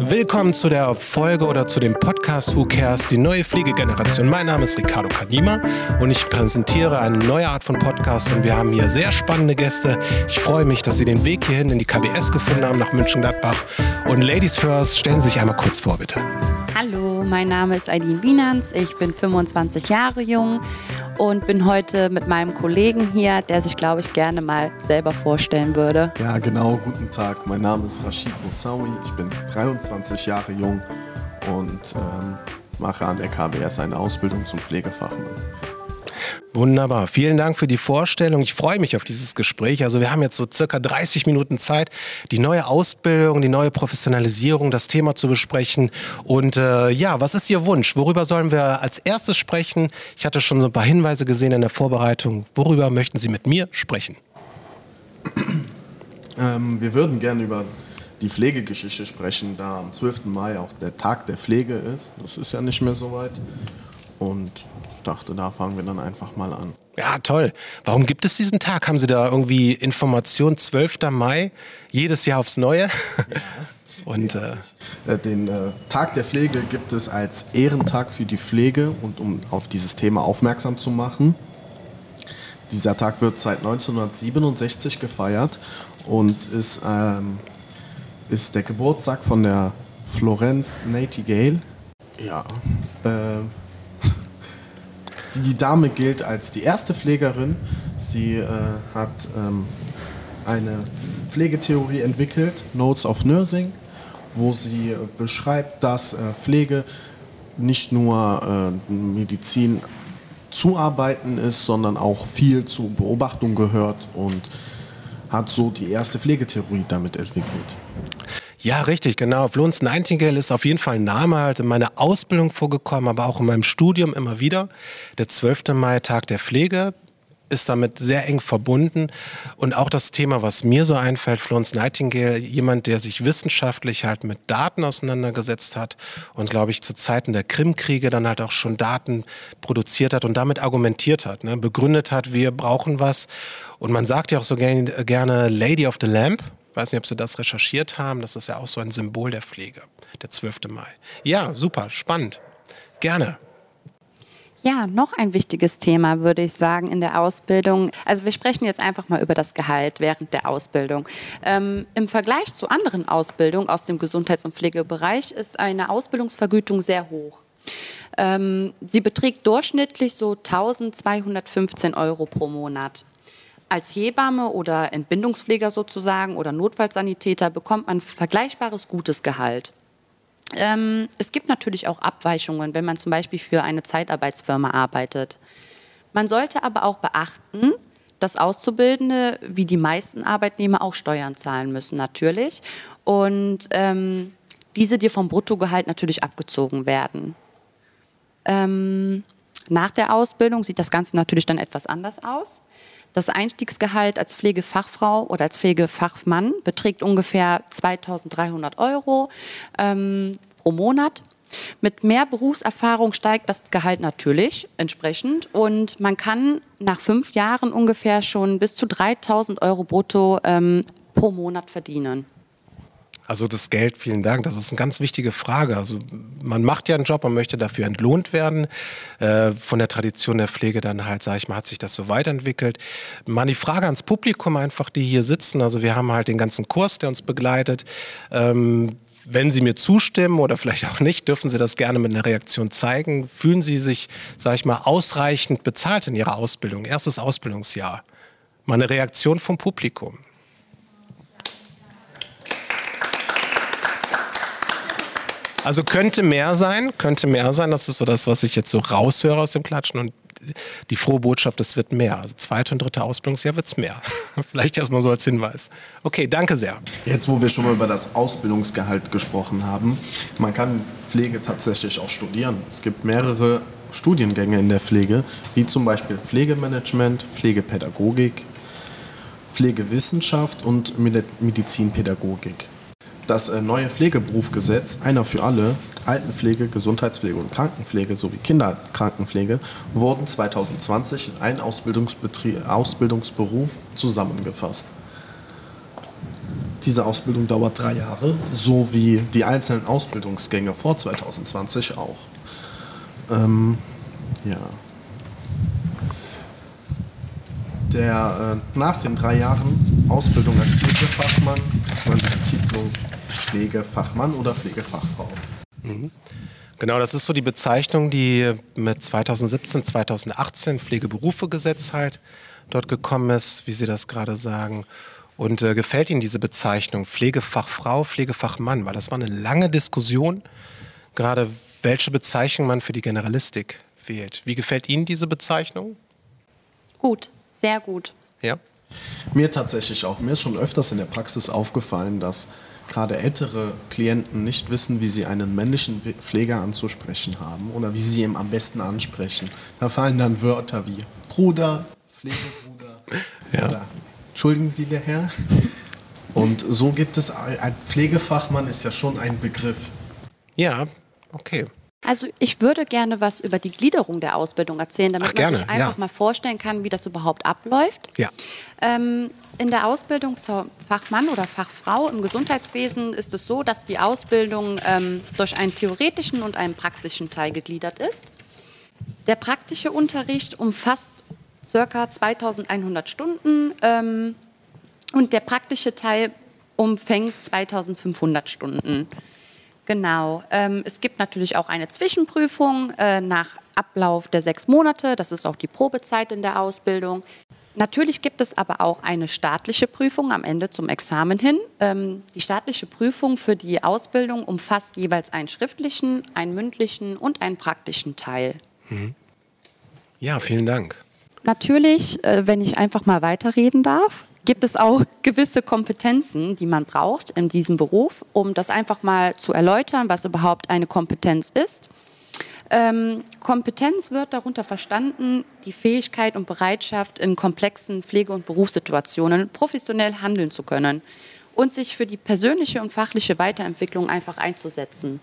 Willkommen zu der Folge oder zu dem Podcast Who Cares, die neue Pflegegeneration. Mein Name ist Ricardo Kadima und ich präsentiere eine neue Art von Podcast und wir haben hier sehr spannende Gäste. Ich freue mich, dass Sie den Weg hierhin in die KBS gefunden haben, nach Mönchengladbach. Und Ladies first, stellen Sie sich einmal kurz vor, bitte. Hallo, mein Name ist Aidin Wienans, ich bin 25 Jahre jung und bin heute mit meinem Kollegen hier, der sich, glaube ich, gerne mal selber vorstellen würde. Ja, genau. Guten Tag. Mein Name ist Rashid Moussaoui. Ich bin 23 Jahre jung und mache an der KBS eine Ausbildung zum Pflegefachmann. Wunderbar. Vielen Dank für die Vorstellung. Ich freue mich auf dieses Gespräch. Also wir haben jetzt so circa 30 Minuten Zeit, die neue Ausbildung, die neue Professionalisierung, das Thema zu besprechen. Und was ist Ihr Wunsch? Worüber sollen wir als erstes sprechen? Ich hatte schon so ein paar Hinweise gesehen in der Vorbereitung. Worüber möchten Sie mit mir sprechen? Wir würden gerne über die Pflegegeschichte sprechen, da am 12. Mai auch der Tag der Pflege ist. Das ist ja nicht mehr so weit. Und ich dachte, da fangen wir dann einfach mal an. Ja, toll. Warum gibt es diesen Tag? Haben Sie da irgendwie Informationen? 12. Mai, jedes Jahr aufs Neue? Ja. Und, Den Tag der Pflege gibt es als Ehrentag für die Pflege und um auf dieses Thema aufmerksam zu machen. Dieser Tag wird seit 1967 gefeiert und ist der Geburtstag von der Florence Nightingale. Ja, die Dame gilt als die erste Pflegerin. Sie hat eine Pflegetheorie entwickelt, Notes of Nursing, wo sie beschreibt, dass Pflege nicht nur Medizin zuarbeiten ist, sondern auch viel zu Beobachtung gehört und hat so die erste Pflegetheorie damit entwickelt. Ja, richtig, genau. Florence Nightingale ist auf jeden Fall ein Name, halt in meiner Ausbildung vorgekommen, aber auch in meinem Studium immer wieder. Der 12. Mai, Tag der Pflege, ist damit sehr eng verbunden. Und auch das Thema, was mir so einfällt, Florence Nightingale, jemand, der sich wissenschaftlich halt mit Daten auseinandergesetzt hat und, glaube ich, zu Zeiten der Krimkriege dann halt auch schon Daten produziert hat und damit argumentiert hat, ne? Begründet hat, wir brauchen was. Und man sagt ja auch so gerne Lady of the Lamp. Ich weiß nicht, ob Sie das recherchiert haben. Das ist ja auch so ein Symbol der Pflege, der 12. Mai. Ja, super, spannend. Gerne. Ja, noch ein wichtiges Thema, würde ich sagen, in der Ausbildung. Also wir sprechen jetzt einfach mal über das Gehalt während der Ausbildung. Im Vergleich zu anderen Ausbildungen aus dem Gesundheits- und Pflegebereich ist eine Ausbildungsvergütung sehr hoch. Sie beträgt durchschnittlich so 1.215 € pro Monat. Als Hebamme oder Entbindungspfleger sozusagen oder Notfallsanitäter bekommt man vergleichbares gutes Gehalt. Es gibt natürlich auch Abweichungen, wenn man zum Beispiel für eine Zeitarbeitsfirma arbeitet. Man sollte aber auch beachten, dass Auszubildende, wie die meisten Arbeitnehmer, auch Steuern zahlen müssen natürlich und diese dir vom Bruttogehalt natürlich abgezogen werden. Nach der Ausbildung sieht das Ganze natürlich dann etwas anders aus. Das Einstiegsgehalt als Pflegefachfrau oder als Pflegefachmann beträgt ungefähr 2.300 € pro Monat. Mit mehr Berufserfahrung steigt das Gehalt natürlich entsprechend und man kann nach 5 Jahren ungefähr schon bis zu 3.000 € brutto pro Monat verdienen. Also das Geld, vielen Dank, das ist eine ganz wichtige Frage. Also man macht ja einen Job, man möchte dafür entlohnt werden. Von der Tradition der Pflege dann halt, sage ich mal, hat sich das so weiterentwickelt. Mal die Frage ans Publikum einfach, die hier sitzen. Also wir haben halt den ganzen Kurs, der uns begleitet. Wenn Sie mir zustimmen oder vielleicht auch nicht, dürfen Sie das gerne mit einer Reaktion zeigen. Fühlen Sie sich, sage ich mal, ausreichend bezahlt in Ihrer Ausbildung? Erstes Ausbildungsjahr. Mal eine Reaktion vom Publikum. Also könnte mehr sein, das ist so das, was ich jetzt so raushöre aus dem Klatschen und die frohe Botschaft, es wird mehr. Also 2. und 3. Ausbildungsjahr wird es mehr. Vielleicht erstmal so als Hinweis. Okay, danke sehr. Jetzt, wo wir schon mal über das Ausbildungsgehalt gesprochen haben, man kann Pflege tatsächlich auch studieren. Es gibt mehrere Studiengänge in der Pflege, wie zum Beispiel Pflegemanagement, Pflegepädagogik, Pflegewissenschaft und Medizinpädagogik. Das neue Pflegeberufsgesetz, einer für alle, Altenpflege, Gesundheitspflege und Krankenpflege sowie Kinderkrankenpflege, wurden 2020 in einen Ausbildungsberuf zusammengefasst. Diese Ausbildung dauert 3 Jahre, so wie die einzelnen Ausbildungsgänge vor 2020 auch. Nach den 3 Jahren Ausbildung als Pflegefachmann hat man die Titel Pflegefachmann oder Pflegefachfrau. Mhm. Genau, das ist so die Bezeichnung, die mit 2017, 2018 Pflegeberufegesetz halt dort gekommen ist, wie Sie das gerade sagen. Und gefällt Ihnen diese Bezeichnung Pflegefachfrau, Pflegefachmann? Weil das war eine lange Diskussion, gerade welche Bezeichnung man für die Generalistik wählt. Wie gefällt Ihnen diese Bezeichnung? Gut, sehr gut. Ja? Mir tatsächlich auch. Mir ist schon öfters in der Praxis aufgefallen, dass gerade ältere Klienten nicht wissen, wie sie einen männlichen Pfleger anzusprechen haben oder wie sie ihn am besten ansprechen. Da fallen dann Wörter wie Bruder, Pflegebruder oder entschuldigen Sie, der Herr. Und so gibt es, ein Pflegefachmann ist ja schon ein Begriff. Ja, okay. Also ich würde gerne was über die Gliederung der Ausbildung erzählen, damit man sich einfach mal vorstellen kann, wie das überhaupt abläuft. Ja. In der Ausbildung zur Fachmann oder Fachfrau im Gesundheitswesen ist es so, dass die Ausbildung durch einen theoretischen und einen praktischen Teil gegliedert ist. Der praktische Unterricht umfasst ca. 2100 Stunden und der praktische Teil umfängt 2500 Stunden. Genau. Es gibt natürlich auch eine Zwischenprüfung nach Ablauf der 6 Monate. Das ist auch die Probezeit in der Ausbildung. Natürlich gibt es aber auch eine staatliche Prüfung am Ende zum Examen hin. Die staatliche Prüfung für die Ausbildung umfasst jeweils einen schriftlichen, einen mündlichen und einen praktischen Teil. Ja, vielen Dank. Natürlich, wenn ich einfach mal weiterreden darf, gibt es auch gewisse Kompetenzen, die man braucht in diesem Beruf, um das einfach mal zu erläutern, was überhaupt eine Kompetenz ist. Kompetenz wird darunter verstanden, die Fähigkeit und Bereitschaft, in komplexen Pflege- und Berufssituationen professionell handeln zu können und sich für die persönliche und fachliche Weiterentwicklung einfach einzusetzen.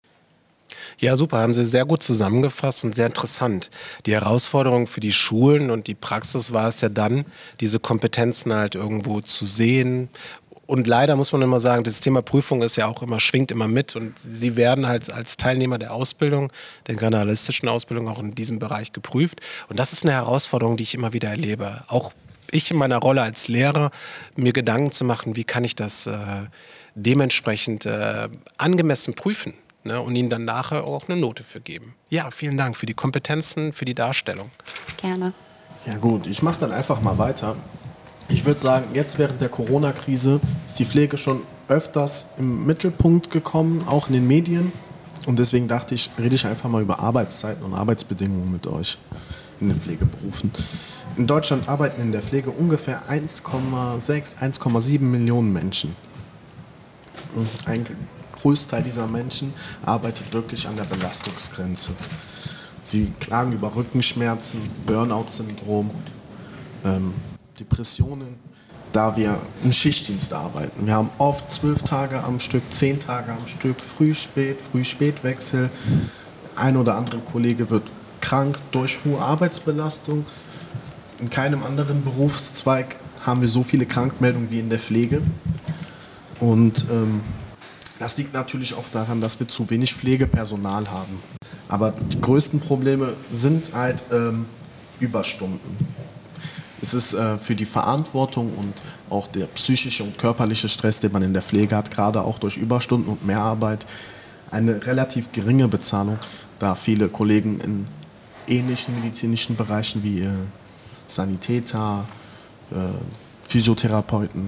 Ja, super, haben Sie sehr gut zusammengefasst und sehr interessant. Die Herausforderung für die Schulen und die Praxis war es ja dann, diese Kompetenzen halt irgendwo zu sehen. Und leider muss man immer sagen, das Thema Prüfung ist ja auch immer, schwingt immer mit. Und Sie werden halt als Teilnehmer der Ausbildung, der generalistischen Ausbildung, auch in diesem Bereich geprüft. Und das ist eine Herausforderung, die ich immer wieder erlebe. Auch ich in meiner Rolle als Lehrer, mir Gedanken zu machen, wie kann ich das dementsprechend angemessen prüfen. Ne, und ihnen dann nachher auch eine Note für geben. Ja, vielen Dank für die Kompetenzen, für die Darstellung. Gerne. Ja gut, ich mache dann einfach mal weiter. Ich würde sagen, jetzt während der Corona-Krise ist die Pflege schon öfters im Mittelpunkt gekommen, auch in den Medien. Und deswegen dachte ich, rede ich einfach mal über Arbeitszeiten und Arbeitsbedingungen mit euch in den Pflegeberufen. In Deutschland arbeiten in der Pflege ungefähr 1,6, 1,7 Millionen Menschen. Und ein Großteil dieser Menschen arbeitet wirklich an der Belastungsgrenze. Sie klagen über Rückenschmerzen, Burnout-Syndrom, Depressionen, da wir im Schichtdienst arbeiten. Wir haben oft 12 Tage am Stück, 10 Tage am Stück, Früh-Spät-Wechsel. Ein oder andere Kollege wird krank durch hohe Arbeitsbelastung. In keinem anderen Berufszweig haben wir so viele Krankmeldungen wie in der Pflege. Und das liegt natürlich auch daran, dass wir zu wenig Pflegepersonal haben. Aber die größten Probleme sind halt Überstunden. Es ist für die Verantwortung und auch der psychische und körperliche Stress, den man in der Pflege hat, gerade auch durch Überstunden und Mehrarbeit, eine relativ geringe Bezahlung, da viele Kollegen in ähnlichen medizinischen Bereichen wie Sanitäter, Physiotherapeuten,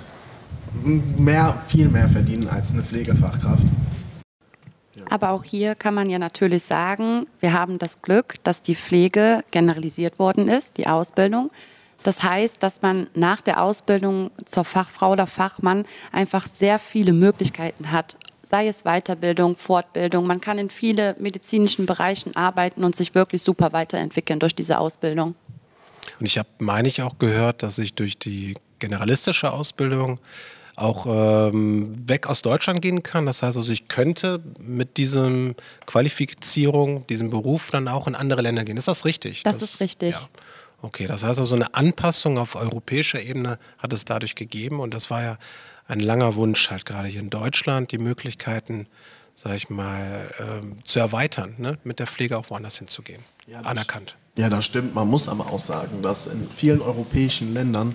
viel mehr verdienen als eine Pflegefachkraft. Ja. Aber auch hier kann man ja natürlich sagen, wir haben das Glück, dass die Pflege generalisiert worden ist, die Ausbildung. Das heißt, dass man nach der Ausbildung zur Fachfrau oder Fachmann einfach sehr viele Möglichkeiten hat, sei es Weiterbildung, Fortbildung. Man kann in viele medizinischen Bereichen arbeiten und sich wirklich super weiterentwickeln durch diese Ausbildung. Und ich habe, meine ich, auch gehört, dass ich durch die generalistische Ausbildung auch weg aus Deutschland gehen kann. Das heißt also, ich könnte mit diesem Qualifizierung, diesem Beruf dann auch in andere Länder gehen. Ist das richtig? Das ist richtig. Ja. Okay, das heißt also, eine Anpassung auf europäischer Ebene hat es dadurch gegeben. Und das war ja ein langer Wunsch, halt gerade hier in Deutschland, die Möglichkeiten, sag ich mal, zu erweitern, ne? Mit der Pflege auch woanders hinzugehen. Ja, anerkannt. Ja, das stimmt. Man muss aber auch sagen, dass in vielen europäischen Ländern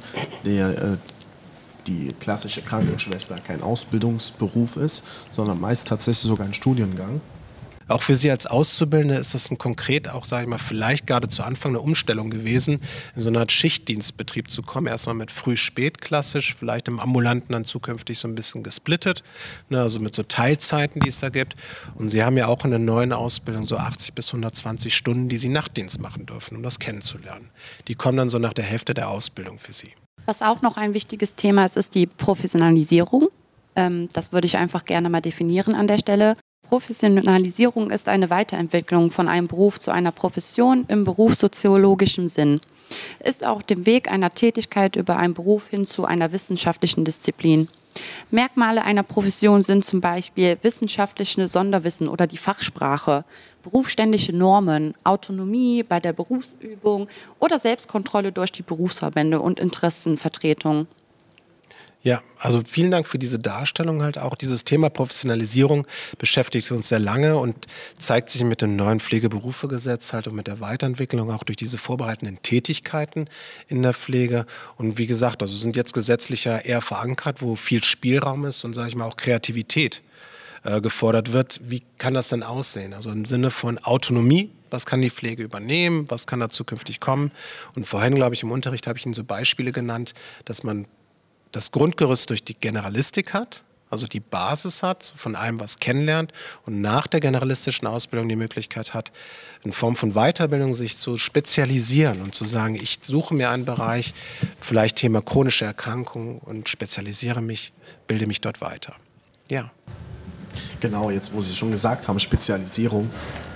die klassische Krankenschwester kein Ausbildungsberuf ist, sondern meist tatsächlich sogar ein Studiengang. Auch für Sie als Auszubildende ist das ein konkret auch, sage ich mal, vielleicht gerade zu Anfang eine Umstellung gewesen, in so eine Art Schichtdienstbetrieb zu kommen. Erstmal mit früh-spät klassisch, vielleicht im Ambulanten dann zukünftig so ein bisschen gesplittet, ne, also mit so Teilzeiten, die es da gibt. Und Sie haben ja auch in der neuen Ausbildung so 80 bis 120 Stunden, die Sie Nachtdienst machen dürfen, um das kennenzulernen. Die kommen dann so nach der Hälfte der Ausbildung für Sie. Was auch noch ein wichtiges Thema ist, ist die Professionalisierung. Das würde ich einfach gerne mal definieren an der Stelle. Professionalisierung ist eine Weiterentwicklung von einem Beruf zu einer Profession im berufssoziologischen Sinn. Ist auch dem Weg einer Tätigkeit über einen Beruf hin zu einer wissenschaftlichen Disziplin. Merkmale einer Profession sind zum Beispiel wissenschaftliche Sonderwissen oder die Fachsprache, berufsständische Normen, Autonomie bei der Berufsübung oder Selbstkontrolle durch die Berufsverbände und Interessenvertretung. Ja, also vielen Dank für diese Darstellung halt auch. Dieses Thema Professionalisierung beschäftigt uns sehr lange und zeigt sich mit dem neuen Pflegeberufegesetz halt und mit der Weiterentwicklung auch durch diese vorbereitenden Tätigkeiten in der Pflege. Und wie gesagt, also sind jetzt gesetzlich ja eher verankert, wo viel Spielraum ist und, sage ich mal, auch Kreativität gefordert wird. Wie kann das denn aussehen? Also im Sinne von Autonomie. Was kann die Pflege übernehmen? Was kann da zukünftig kommen? Und vorhin, glaube ich, im Unterricht habe ich Ihnen so Beispiele genannt, dass man das Grundgerüst durch die Generalistik hat, also die Basis hat, von allem was kennenlernt und nach der generalistischen Ausbildung die Möglichkeit hat, in Form von Weiterbildung sich zu spezialisieren und zu sagen, ich suche mir einen Bereich, vielleicht Thema chronische Erkrankungen und spezialisiere mich, bilde mich dort weiter. Ja. Genau, jetzt wo Sie schon gesagt haben, Spezialisierung.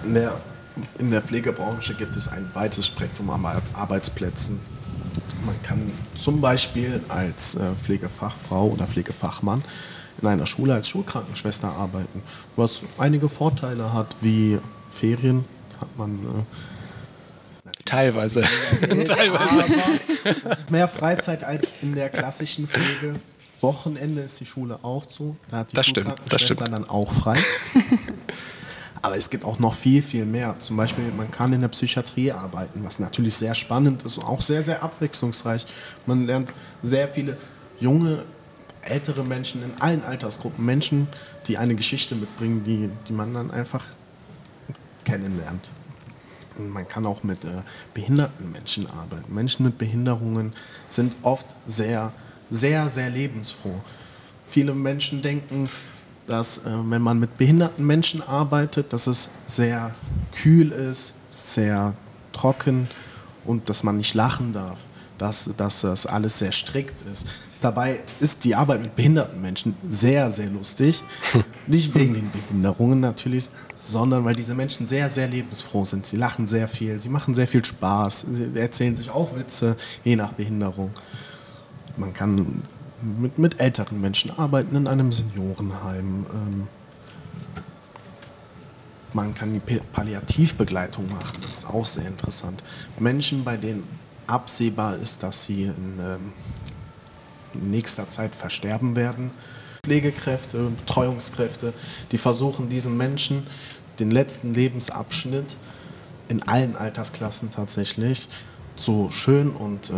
In der Pflegebranche gibt es ein weites Spektrum an Arbeitsplätzen. Man kann zum Beispiel als Pflegefachfrau oder Pflegefachmann in einer Schule als Schulkrankenschwester arbeiten, was einige Vorteile hat, wie Ferien hat man Teilweise. Teilweise. Aber es ist mehr Freizeit als in der klassischen Pflege. Wochenende ist die Schule auch zu, da hat die Schulkrankenschwester dann auch frei. Aber es gibt auch noch viel, viel mehr. Zum Beispiel, man kann in der Psychiatrie arbeiten, was natürlich sehr spannend ist und auch sehr, sehr abwechslungsreich. Man lernt sehr viele junge, ältere Menschen in allen Altersgruppen, Menschen, die eine Geschichte mitbringen, die man dann einfach kennenlernt. Und man kann auch mit behinderten Menschen arbeiten. Menschen mit Behinderungen sind oft sehr, sehr, sehr lebensfroh. Viele Menschen denken, dass wenn man mit behinderten Menschen arbeitet, dass es sehr kühl ist, sehr trocken und dass man nicht lachen darf, dass das alles sehr strikt ist. Dabei ist die Arbeit mit behinderten Menschen sehr, sehr lustig. Nicht wegen den Behinderungen natürlich, sondern weil diese Menschen sehr, sehr lebensfroh sind. Sie lachen sehr viel, sie machen sehr viel Spaß, sie erzählen sich auch Witze, je nach Behinderung. Man kann mit älteren Menschen arbeiten in einem Seniorenheim. Man kann die Palliativbegleitung machen, das ist auch sehr interessant. Menschen, bei denen absehbar ist, dass sie in nächster Zeit versterben werden. Pflegekräfte, Betreuungskräfte, die versuchen diesen Menschen den letzten Lebensabschnitt in allen Altersklassen tatsächlich so schön und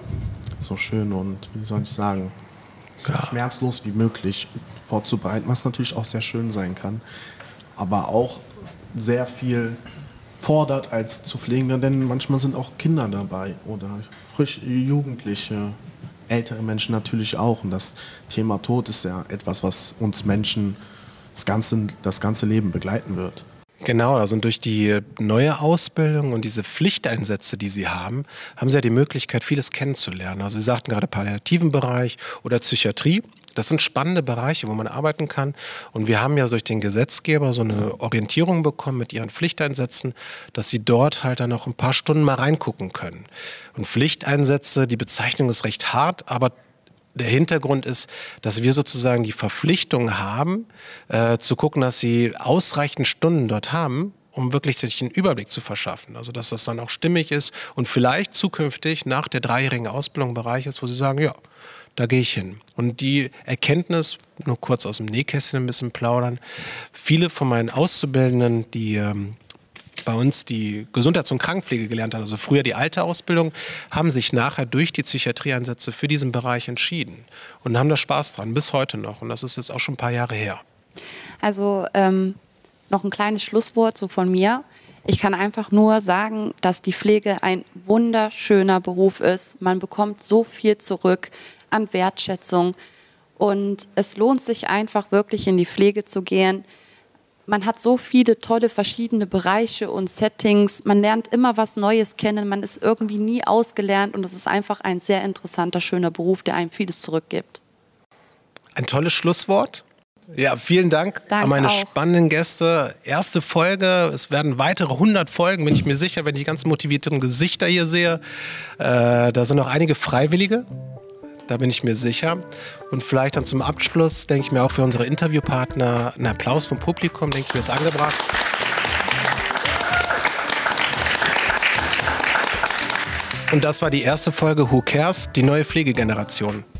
wie soll ich sagen, so schmerzlos wie möglich vorzubereiten, was natürlich auch sehr schön sein kann, aber auch sehr viel fordert als zu Pflegender, denn manchmal sind auch Kinder dabei oder frisch Jugendliche, ältere Menschen natürlich auch. Und das Thema Tod ist ja etwas, was uns Menschen das ganze Leben begleiten wird. Genau, also durch die neue Ausbildung und diese Pflichteinsätze, die Sie haben, haben Sie ja die Möglichkeit, vieles kennenzulernen. Also Sie sagten gerade palliativen Bereich oder Psychiatrie. Das sind spannende Bereiche, wo man arbeiten kann. Und wir haben ja durch den Gesetzgeber so eine Orientierung bekommen mit Ihren Pflichteinsätzen, dass Sie dort halt dann noch ein paar Stunden mal reingucken können. Und Pflichteinsätze, die Bezeichnung ist recht hart, aber der Hintergrund ist, dass wir sozusagen die Verpflichtung haben, zu gucken, dass sie ausreichend Stunden dort haben, um wirklich sich einen Überblick zu verschaffen. Also dass das dann auch stimmig ist und vielleicht zukünftig nach der 3-jährigen Ausbildung ein Bereich ist, wo sie sagen, ja, da gehe ich hin. Und die Erkenntnis, nur kurz aus dem Nähkästchen ein bisschen plaudern, viele von meinen Auszubildenden, die bei uns die Gesundheits- und Krankenpflege gelernt haben, also früher die alte Ausbildung, haben sich nachher durch die Psychiatrieeinsätze für diesen Bereich entschieden und haben da Spaß dran, bis heute noch. Und das ist jetzt auch schon ein paar Jahre her. Also noch ein kleines Schlusswort so von mir. Ich kann einfach nur sagen, dass die Pflege ein wunderschöner Beruf ist. Man bekommt so viel zurück an Wertschätzung und es lohnt sich einfach wirklich in die Pflege zu gehen. Man hat so viele tolle verschiedene Bereiche und Settings. Man lernt immer was Neues kennen. Man ist irgendwie nie ausgelernt und es ist einfach ein sehr interessanter, schöner Beruf, der einem vieles zurückgibt. Ein tolles Schlusswort. Ja, vielen Dank an meine spannenden Gäste. Erste Folge, es werden weitere 100 Folgen, bin ich mir sicher, wenn ich die ganzen motivierten Gesichter hier sehe. Da sind noch einige Freiwillige, da bin ich mir sicher. Und vielleicht dann zum Abschluss, denke ich mir auch für unsere Interviewpartner, ein Applaus vom Publikum, denke ich mir, ist angebracht. Und das war die erste Folge Who Cares, die neue Pflegegeneration.